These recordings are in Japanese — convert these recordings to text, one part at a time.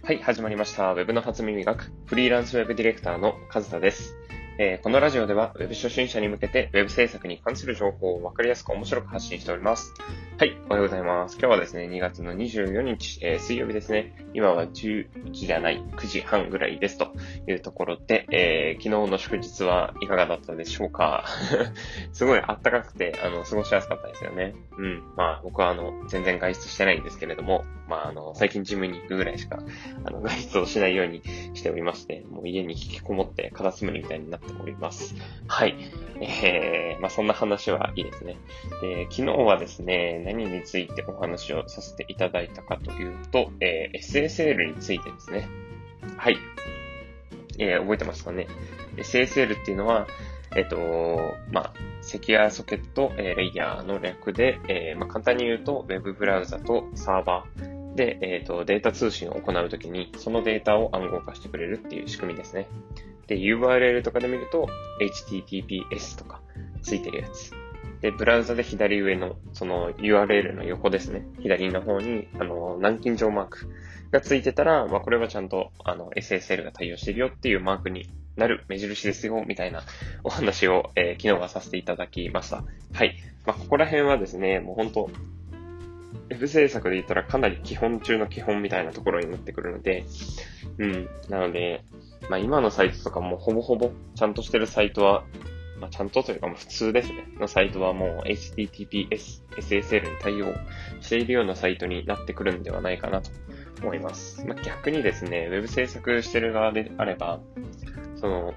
はい、始まりました。ウェブの初耳学、フリーランスウェブディレクターの和田です。このラジオでは、ウェブ初心者に向けて、ウェブ制作に関する情報を分かりやすく面白く発信しております。はい、おはようございます。今日はですね、2月の24日、水曜日ですね。今は9時半ぐらいですというところで、昨日の祝日はいかがだったでしょうか。すごい暖かくて、過ごしやすかったですよね。僕は全然外出してないんですけれども、最近ジムに行くぐらいしか、外出をしないようにしておりまして、もう家に引きこもってカタツムリみたいになっております。はい。そんな話はいいですね。で、昨日はですね、何についてお話をさせていただいたかというと、SSL についてですね。はい。覚えてますかね。SSL っていうのは、セキュアソケット、レイヤーの略で、簡単に言うと、ウェブブラウザとサーバーで、データ通信を行うときに、そのデータを暗号化してくれるっていう仕組みですね。で、URL とかで見ると、HTTPS とかついてるやつ。で、ブラウザで左上の、その URL の横ですね。左の方に、南京錠マークがついてたら、これはちゃんと、SSL が対応してるよっていうマークになる目印ですよ、みたいなお話を、昨日はさせていただきました。はい。ここら辺はですね、もう本当ウェブ制作で言ったらかなり基本中の基本みたいなところになってくるので、なので、今のサイトとかもほぼほぼちゃんとしてるサイトは、ちゃんとというか普通ですね。のサイトはもう HTTPS、SSL に対応しているようなサイトになってくるんではないかなと思います。逆にですね、ウェブ制作してる側であれば、その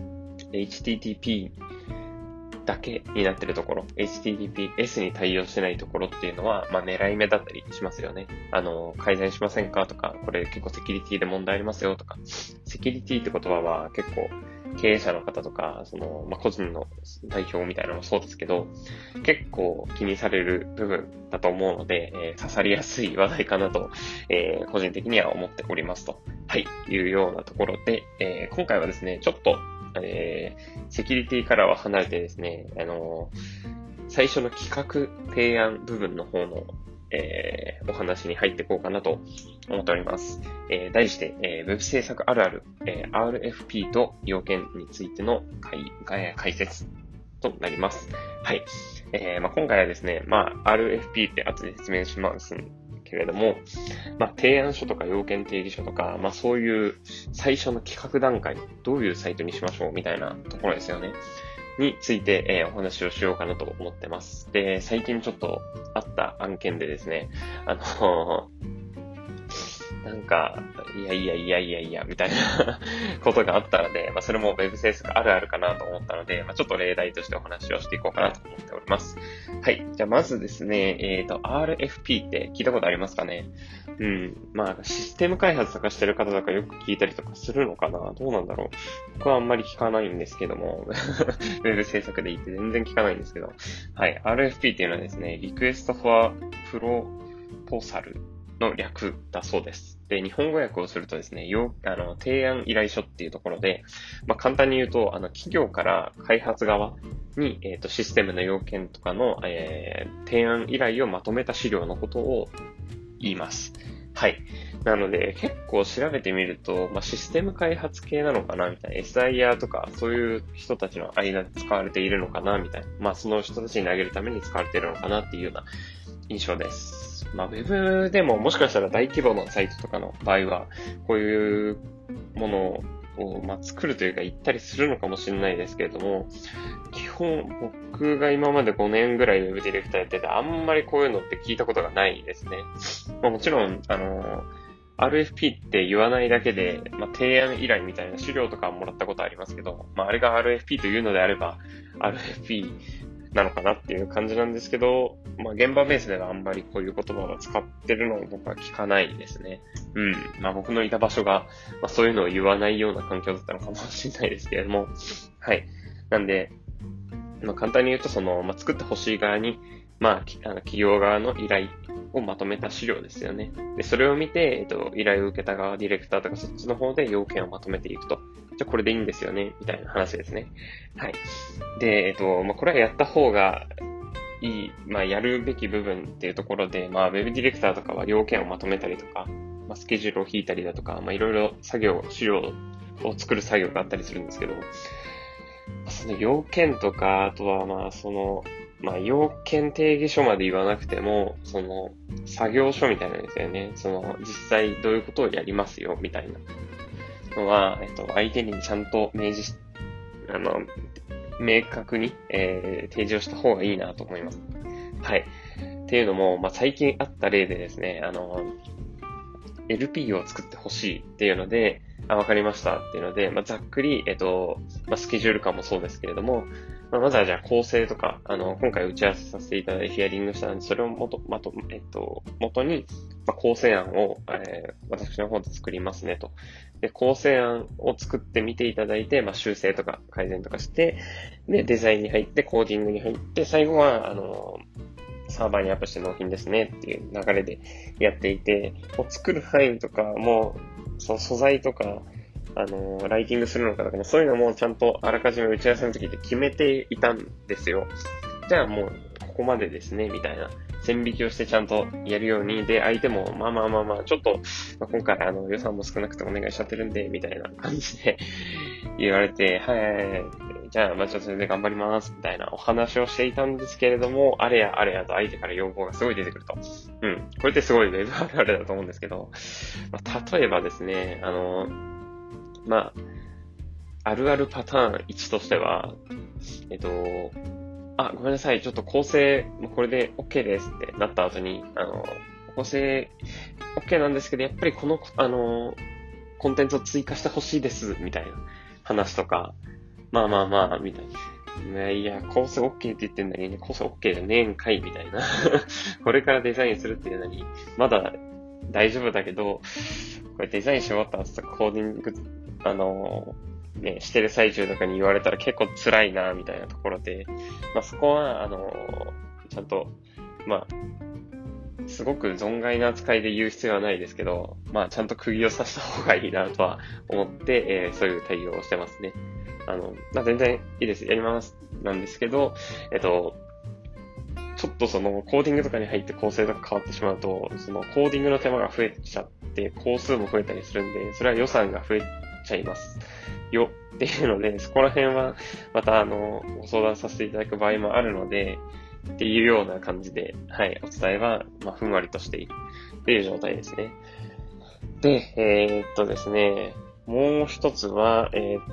HTTP だけになってるところ、HTTPS に対応してないところっていうのは、狙い目だったりしますよね。改善しませんかとか、これ結構セキュリティで問題ありますよとか、セキュリティって言葉は結構経営者の方とか、個人の代表みたいなのもそうですけど、結構気にされる部分だと思うので、刺さりやすい話題かなと、個人的には思っておりますと、はい、いうようなところで、今回はですね、ちょっと、セキュリティからは離れてですね、最初の企画提案部分の方の、お話に入っていこうかなと思っております。題して、ウェブ制作あるある、RFP と要件についての解説となります。はい。今回はですね、RFP って後で説明しますけれども、提案書とか要件定義書とか、そういう最初の企画段階、どういうサイトにしましょうみたいなところですよね。について、お話をしようかなと思ってます。で、最近ちょっとあった案件でですね、いや、みたいなことがあったので、それも Web 制作あるあるかなと思ったので、ちょっと例題としてお話をしていこうかなと思っております。はい。じゃあまずですね、RFP って聞いたことありますかね？システム開発とかしてる方とかよく聞いたりとかするのかな？どうなんだろう？僕はあんまり聞かないんですけども、Web 制作で言って全然聞かないんですけど、はい。RFP っていうのはですね、Request for Proposalの略だそうです。で、日本語訳をするとですね、提案依頼書っていうところで、簡単に言うと、企業から開発側に、システムの要件とかの、提案依頼をまとめた資料のことを言います。はい。なので、結構調べてみると、システム開発系なのかなみたいな、SIR とか、そういう人たちの間で使われているのかなみたいな、その人たちに投げるために使われているのかなっていうような印象です。ウェブでももしかしたら大規模なサイトとかの場合は、こういうものを、作るというか言ったりするのかもしれないですけれども、基本僕が今まで5年ぐらいウェブディレクターやってて、あんまりこういうのって聞いたことがないですね。もちろん、RFP って言わないだけで、提案依頼みたいな資料とかもらったことありますけど、あれが RFP というのであれば、RFP なのかなっていう感じなんですけど、現場ベースではあんまりこういう言葉を使ってるのを僕は聞かないですね。僕のいた場所が、そういうのを言わないような環境だったのかもしれないですけれども、はい。なんで、簡単に言うと、作ってほしい側に、企業側の依頼をまとめた資料ですよね。で、それを見て、依頼を受けた側、ディレクターとかそっちの方で要件をまとめていくと。じゃあこれでいいんですよね、みたいな話ですね。はい。で、これはやった方がいい、やるべき部分っていうところで、ウェブディレクターとかは要件をまとめたりとか、 スケジュールを引いたりだとか、いろいろ資料を作る作業があったりするんですけど、その要件とか、あとは要件定義書まで言わなくても、作業書みたいなんですよね。実際どういうことをやりますよ、みたいなのは、相手にちゃんと明確に、提示をした方がいいなと思います。はい。っていうのも、最近あった例でですね、LP を作ってほしいっていうので、わかりましたっていうので、ざっくり、スケジュール感もそうですけれども、まずはじゃあ構成とか、今回打ち合わせさせていただいてヒアリングしたので、それを元に、構成案を、私の方で作りますねと。で、構成案を作ってみていただいて、修正とか改善とかして、で、デザインに入って、コーディングに入って、最後は、サーバーにアップして納品ですねっていう流れでやっていて、作る範囲とかも、その素材とか、ライティングするのかとかも、そういうのもちゃんとあらかじめ打ち合わせの時で決めていたんですよ。じゃあもう、ここまでですね、みたいな。線引きをしてちゃんとやるように、で、相手も、ちょっと、今回予算も少なくてお願いしちゃってるんで、みたいな感じで言われて、はい、じゃあ、ちょっとそれで頑張ります、みたいなお話をしていたんですけれども、あれやと相手から要望がすごい出てくると。これってすごいウェブあるあるだと思うんですけど、例えばですね、あるあるパターン1としては、ごめんなさい、ちょっと構成、これで OK ですってなった後に、構成 OK なんですけど、やっぱりこの、コンテンツを追加してほしいです、みたいな話とか、みたいな。いや、構成 OK って言ってんのにね、構成 OK じゃねえんかい、みたいな。これからデザインするっていうのに、まだ大丈夫だけど、これデザインし終わった後とかコーディング、してる最中とかに言われたら結構辛いな、みたいなところで、そこは、ちゃんと、すごく存外な扱いで言う必要はないですけど、ちゃんと釘を刺した方がいいなとは思って、そういう対応をしてますね。全然いいです。やります。なんですけど、ちょっとコーディングとかに入って構成とか変わってしまうと、コーディングの手間が増えちゃって、工数も増えたりするんで、それは予算が増えちゃいますよっていうので、そこら辺はまたご相談させていただく場合もあるので、っていうような感じで、はい、お伝えは、ふんわりとしているっていう状態ですね。で、ですね、もう一つは、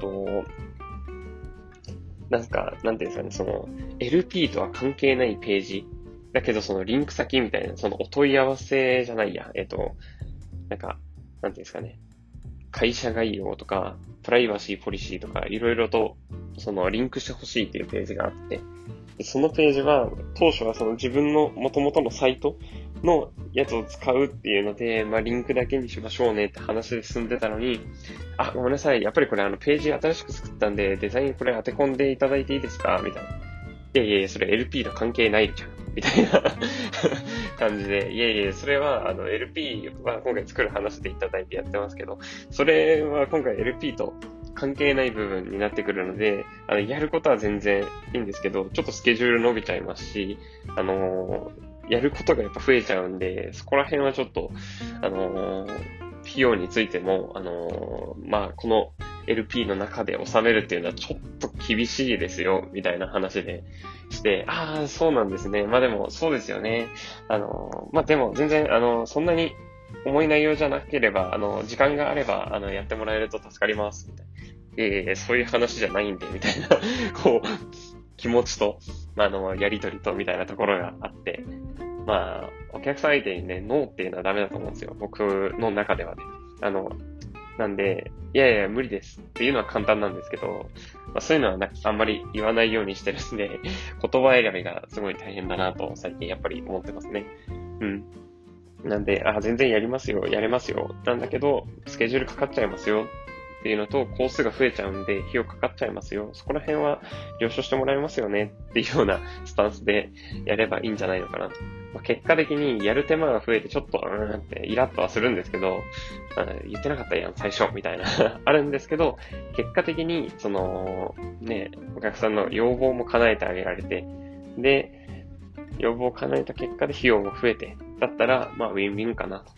なんていうんですかね、LP とは関係ないページ、だけどリンク先みたいな、お問い合わせじゃないや、なんていうんですかね、会社概要とか、プライバシーポリシーとか、いろいろと、リンクしてほしいっていうページがあって、そのページは、当初は自分の元々のサイトのやつを使うっていうので、リンクだけにしましょうねって話で進んでたのに、ごめんなさい、やっぱりこれページ新しく作ったんで、デザインこれ当て込んでいただいていいですかみたいな。いや、それ LP と関係ないじゃん。みたいな感じで、いや、それはLP は今回作る話でいただいてやってますけど、それは今回 LP と関係ない部分になってくるので、やることは全然いいんですけど、ちょっとスケジュール伸びちゃいますし、やることがやっぱ増えちゃうんで、そこら辺はちょっと、費用についても、この LP の中で収めるっていうのはちょっと厳しいですよ、みたいな話でして、そうなんですね。でも、そうですよね。でも全然、そんなに重い内容じゃなければ、時間があれば、やってもらえると助かります、みたいな。そういう話じゃないんで、みたいな、気持ちと、やりとりと、みたいなところがあって、お客さん相手にね、ノーっていうのはダメだと思うんですよ。僕の中ではね。なんで、いや、無理ですっていうのは簡単なんですけど、そういうのはあんまり言わないようにしてるんで、言葉選びがすごい大変だなと最近やっぱり思ってますね。なんで、全然やれますよ。なんだけど、スケジュールかかっちゃいますよ。っていうのと、工数が増えちゃうんで、費用かかっちゃいますよ。そこら辺は了承してもらえますよね。っていうようなスタンスでやればいいんじゃないのかなと。結果的にやる手間が増えてちょっと、ってイラッとはするんですけど、言ってなかったやん、最初、みたいな、あるんですけど、結果的に、お客さんの要望も叶えてあげられて、で、要望を叶えた結果で費用も増えて、だったら、ウィンウィンかなと。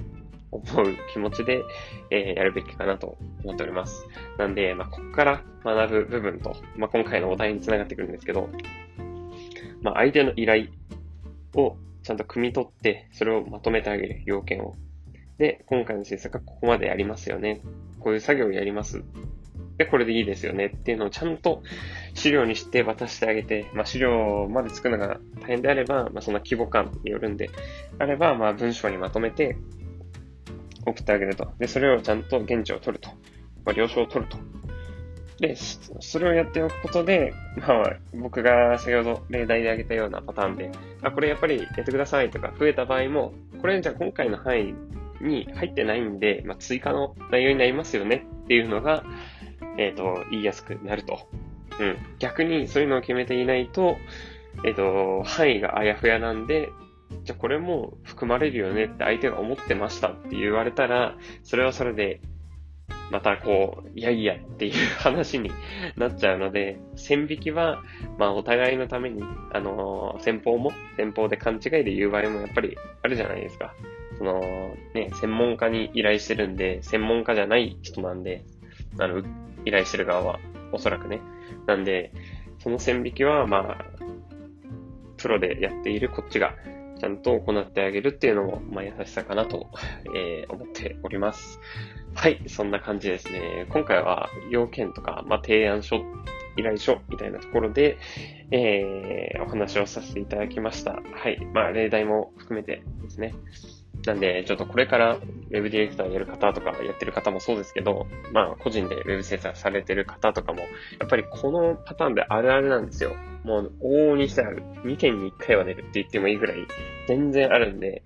思う気持ちで、やるべきかなと思っております。なんで、ここから学ぶ部分と、今回のお題につながってくるんですけど、相手の依頼をちゃんと汲み取って、それをまとめてあげる、要件を。で、今回の制作はここまでやりますよね。こういう作業をやります。で、これでいいですよねっていうのをちゃんと資料にして渡してあげて、資料まで作るのが大変であれば、その規模感によるんであれば、文章にまとめて送ってあげると。で、それをちゃんと現地を取ると。了承を取ると。で、それをやっておくことで、僕が先ほど例題で挙げたようなパターンで、これやっぱりやってくださいとか増えた場合も、これじゃあ今回の範囲に入ってないんで、追加の内容になりますよねっていうのが、言いやすくなると。逆にそういうのを決めていないと、範囲があやふやなんで、じゃあこれも含まれるよねって相手が思ってましたって言われたら、それはそれで、またいやいやっていう話になっちゃうので、線引きは、お互いのために、先方で勘違いで言う場合もやっぱりあるじゃないですか。専門家に依頼してるんで、専門家じゃない人なんで、依頼してる側は、おそらくね。なんで、その線引きは、プロでやっているこっちが、ちゃんと行ってあげるっていうのも、優しさかなと、思っております。はい、そんな感じですね。今回は要件とか、提案書、依頼書みたいなところで、お話をさせていただきました。はい、例題も含めてですね。なんで、ちょっとこれからウェブディレクターやる方とかやってる方もそうですけど、個人でウェブ制作されてる方とかも、やっぱりこのパターンであるあるなんですよ。もう往々にしてある。2件に1回は出るって言ってもいいぐらい、全然あるんで、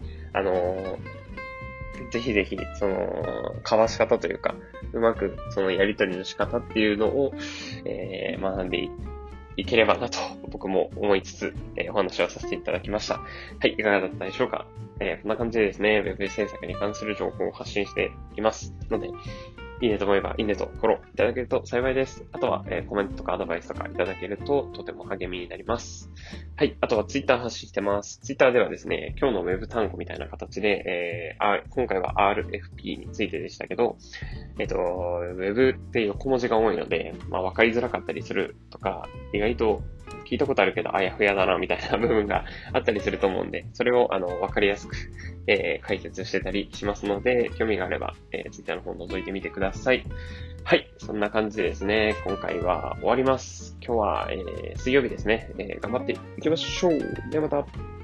ぜひぜひ、交わし方というか、うまくそのやり取りの仕方っていうのを、学んでいければなと僕も思いつつ、お話をさせていただきました。はい、いかがだったでしょうか。こんな感じでですね、ウェブ制作に関する情報を発信していますので、いいねと思えばいいねとフォローいただけると幸いです。あとは、コメントとかアドバイスとかいただけるととても励みになります。はい。あとはツイッター発信してます。ツイッターではですね、今日のウェブ単語みたいな形で、今回は RFP についてでしたけど、ウェブって横文字が多いので、わかりづらかったりするとか、意外と聞いたことあるけど、あやふやだな、みたいな部分があったりすると思うんで、それを、わかりやすく、解説してたりしますので、興味があれば、ツイッターの方覗いてみてください。はい。そんな感じでですね、今回は終わります。今日は、水曜日ですね。頑張っていきましょう。ではまた。